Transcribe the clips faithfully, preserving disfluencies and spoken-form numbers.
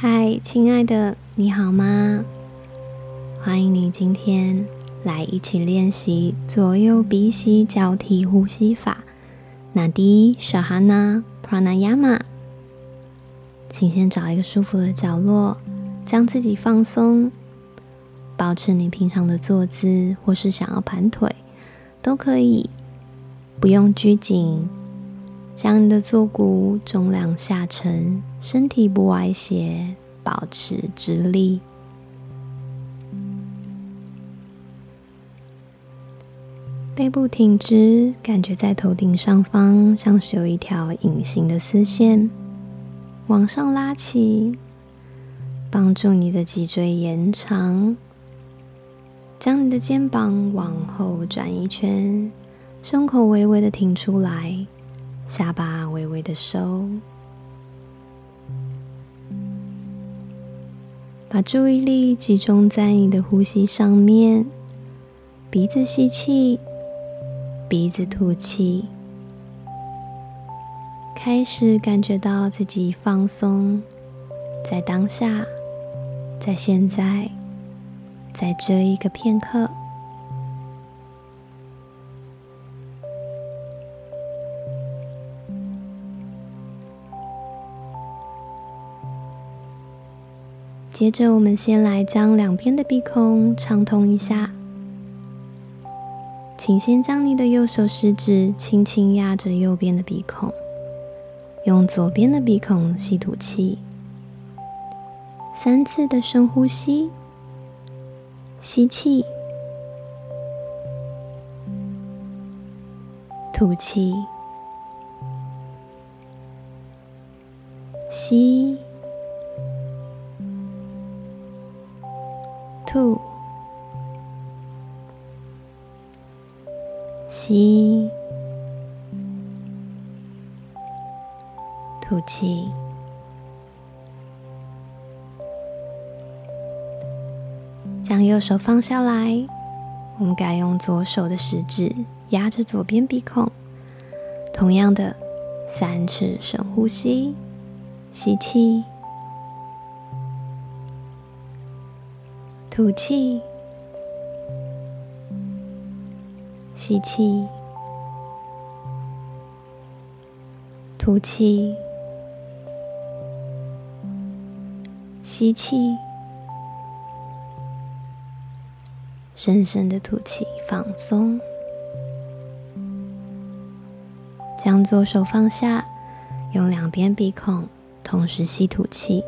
嗨，亲爱的，你好吗？欢迎你今天来一起练习左右鼻息交替呼吸法 Nadi Sahana Pranayama。请先找一个舒服的角落，将自己放松，保持你平常的坐姿，或是想要盘腿都可以，不用拘谨。将你的坐骨重量下沉，身体不歪斜，保持直立。背部挺直，感觉在头顶上方像是有一条隐形的丝线往上拉起，帮助你的脊椎延长。将你的肩膀往后转一圈，胸口微微的挺出来，下巴微微的收，把注意力集中在你的呼吸上面。鼻子吸气，鼻子吐气，开始感觉到自己放松，在当下，在现在，在这一个片刻。接着我们先来将两边的鼻孔畅通一下，请先将你的右手食指轻轻压着右边的鼻孔，用左边的鼻孔吸吐气，三次的深呼吸，吸气，吐气，吸，吐，吸，吐气。将右手放下来，我们改用左手的食指压着左边鼻孔，同样的三次深呼吸，吸气，吐气，吸气，吐气，吸气，深深的吐气，放松。将左手放下，用两边鼻孔同时吸吐气。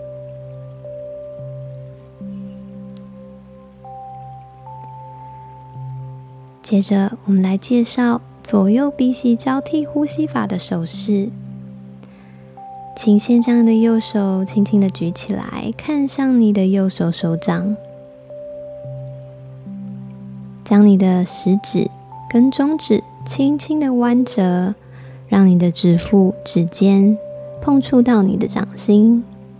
接着我们来介绍左右鼻息交替呼吸法的手势。请先将你的右手轻轻的举起来，看向你的右手手掌，将你的食指跟中指轻轻的弯折，让你的指腹、指尖碰触到你的掌心。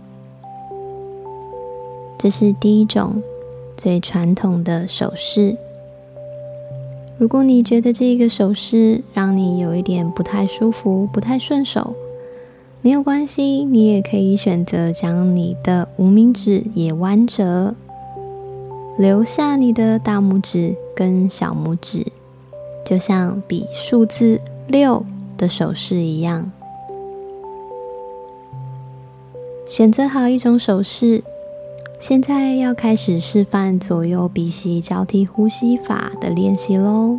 这是第一种最传统的手势。如果你觉得这个手势让你有一点不太舒服、不太顺手，没有关系，你也可以选择将你的无名指也弯折，留下你的大拇指跟小拇指，就像比数字六的手势一样。选择好一种手势，现在要开始示范左右鼻息交替呼吸法的练习咯。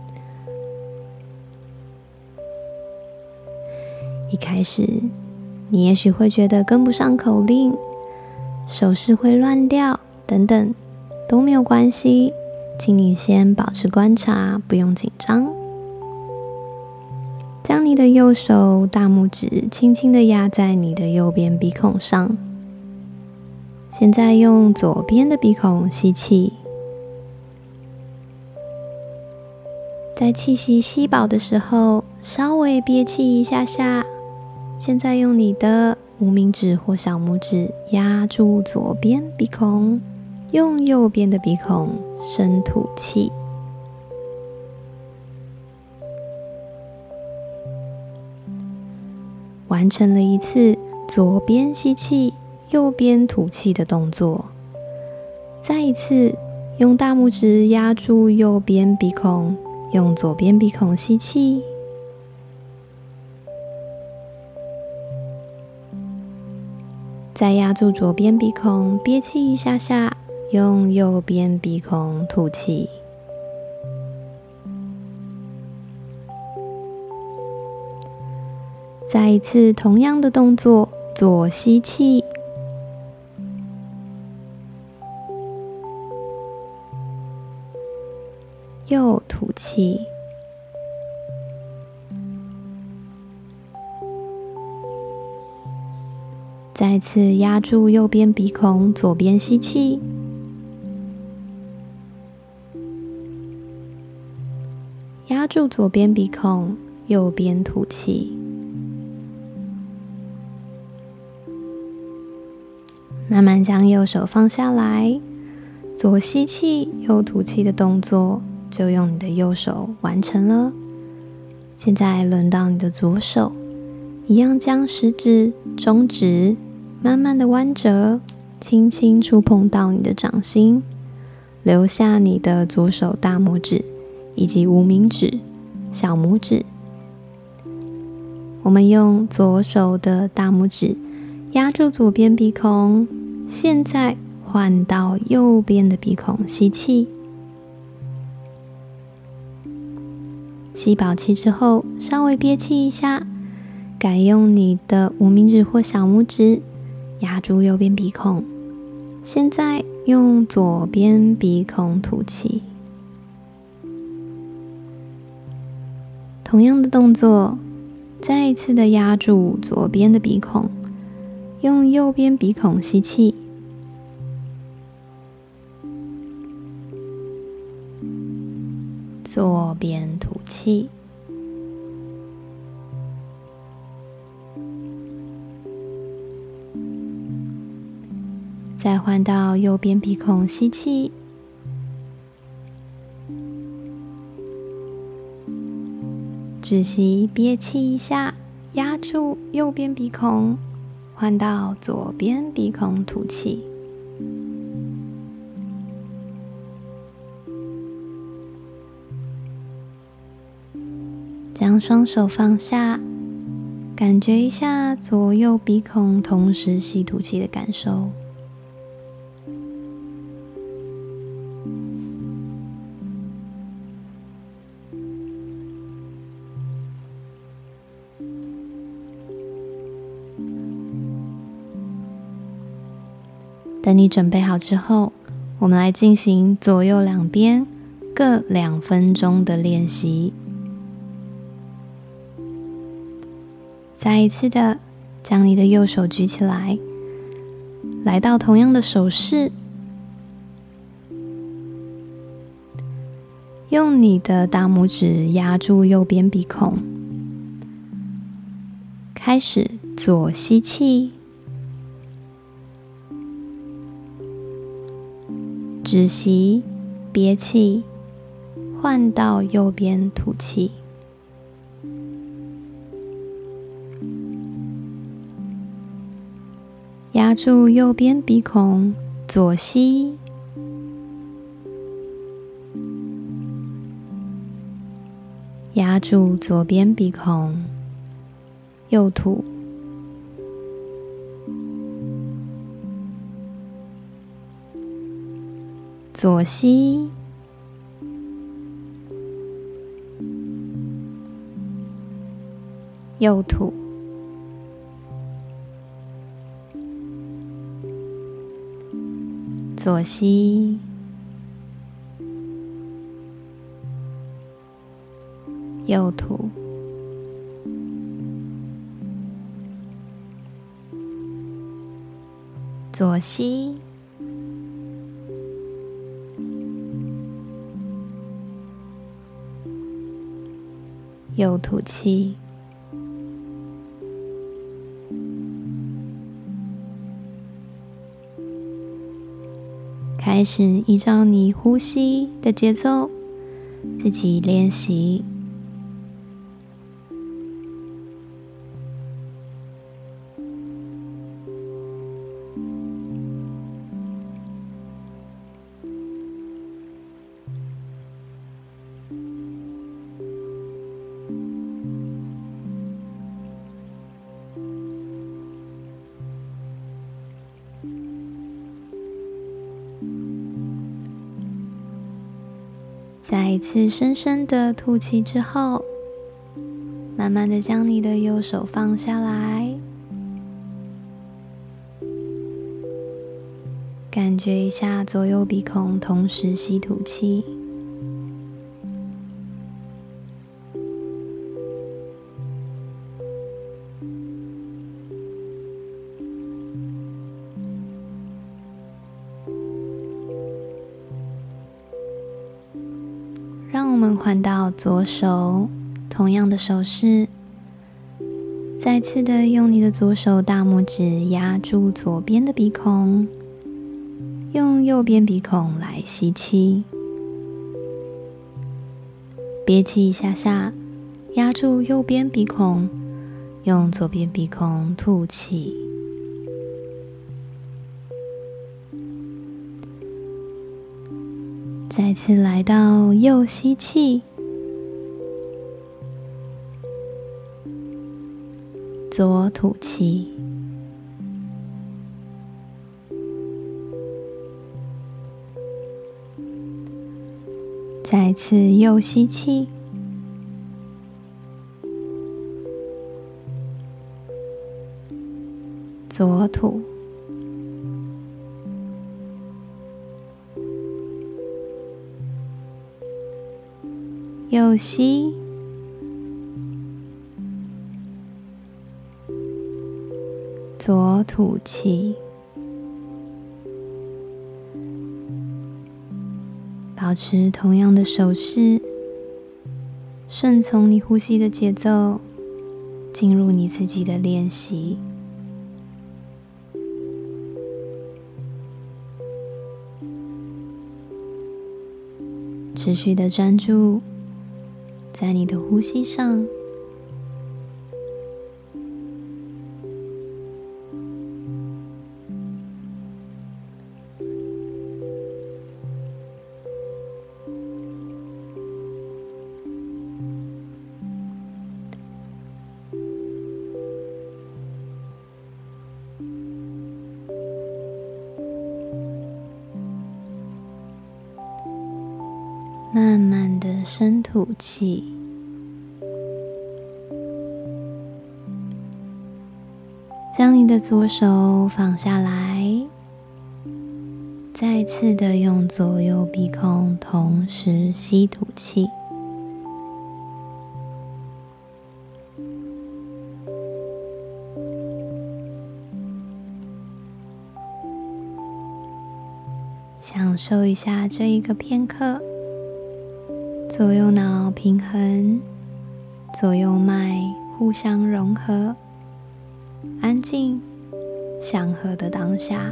一开始，你也许会觉得跟不上口令，手势会乱掉等等，都没有关系，请你先保持观察，不用紧张。将你的右手大拇指轻轻地压在你的右边鼻孔上。现在用左边的鼻孔吸气，在气息吸饱的时候，稍微憋气一下下。现在用你的无名指或小拇指压住左边鼻孔，用右边的鼻孔深吐气。完成了一次左边吸气， 右边吐气的动作。再一次用大拇指压住右边鼻孔，用左边鼻孔吸气，再压住左边鼻孔，憋气一下下，用右边鼻孔吐气。再一次同样的动作，左吸气，右吐气。再次压住右边鼻孔，左边吸气，压住左边鼻孔，右边吐气。慢慢将右手放下来，左吸气，右吐气的动作就用你的右手完成了。现在轮到你的左手，一样将食指、中指慢慢的弯折，轻轻触碰到你的掌心，留下你的左手大拇指以及无名指、小拇指。我们用左手的大拇指压住左边鼻孔，现在换到右边的鼻孔吸气。吸饱气之后，稍微憋气一下，改用你的无名指或小拇指压住右边鼻孔，现在用左边鼻孔吐气。同样的动作，再一次的压住左边的鼻孔，用右边鼻孔吸气，左边吐气。再换到右边鼻孔吸气，止息，憋气一下，压住右边鼻孔，换到左边鼻孔吐气。将双手放下，感觉一下左右鼻孔同时吸吐气的感受。等你准备好之后，我们来进行左右两边各两分钟的练习。再一次的将你的右手举起来，来到同样的手势，用你的大拇指压住右边鼻孔，开始左吸气，止息，憋气，换到右边吐气。压住右边鼻孔，左吸，压住左边鼻孔，右吐。左吸，右吐。左吸，右吐。左吸，右吐气。开始依照你呼吸的节奏自己练习。 再一次深深的吐气之后，慢慢的将你的右手放下来，感觉一下左右鼻孔同时吸吐气，让我们换到左手，同样的手势，再次的用你的左手大拇指压住左边的鼻孔，用右边鼻孔来吸气，憋气一下下，压住右边鼻孔，用左边鼻孔吐气。再次来到右吸气，左吐气，再次右吸气，左吐，右吸，左吐气，保持同样的手势，顺从你呼吸的节奏，进入你自己的练习。持续的专注在你的呼吸上，慢慢的深吐气，将你的左手放下来，再次的用左右鼻孔同时吸吐气。享受一下这一个片刻，左右脑平衡，左右脉互相融合，安静祥和的当下。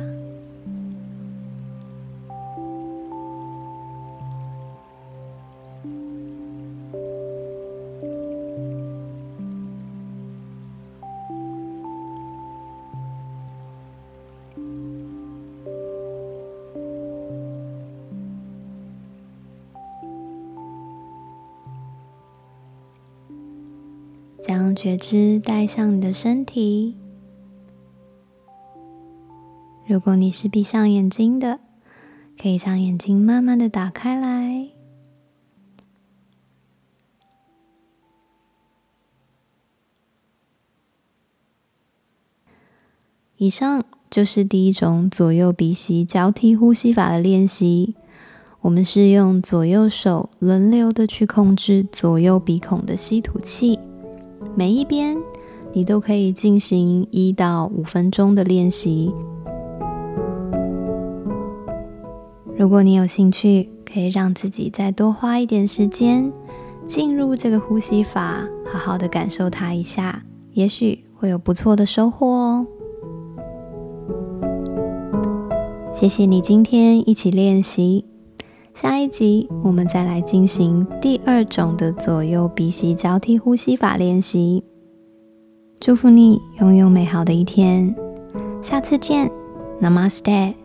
将觉知带向你的身体。如果你是闭上眼睛的，可以将眼睛慢慢的打开来。以上就是第一种左右鼻息交替呼吸法的练习。我们是用左右手轮流的去控制左右鼻孔的吸吐气，每一边你都可以进行一到五分钟的练习。如果你有兴趣，可以让自己再多花一点时间进入这个呼吸法，好好的感受它一下，也许会有不错的收获哦。谢谢你今天一起练习，下一集我们再来进行第二种的左右鼻息交替呼吸法练习。祝福你拥有美好的一天，下次见 ，Namaste。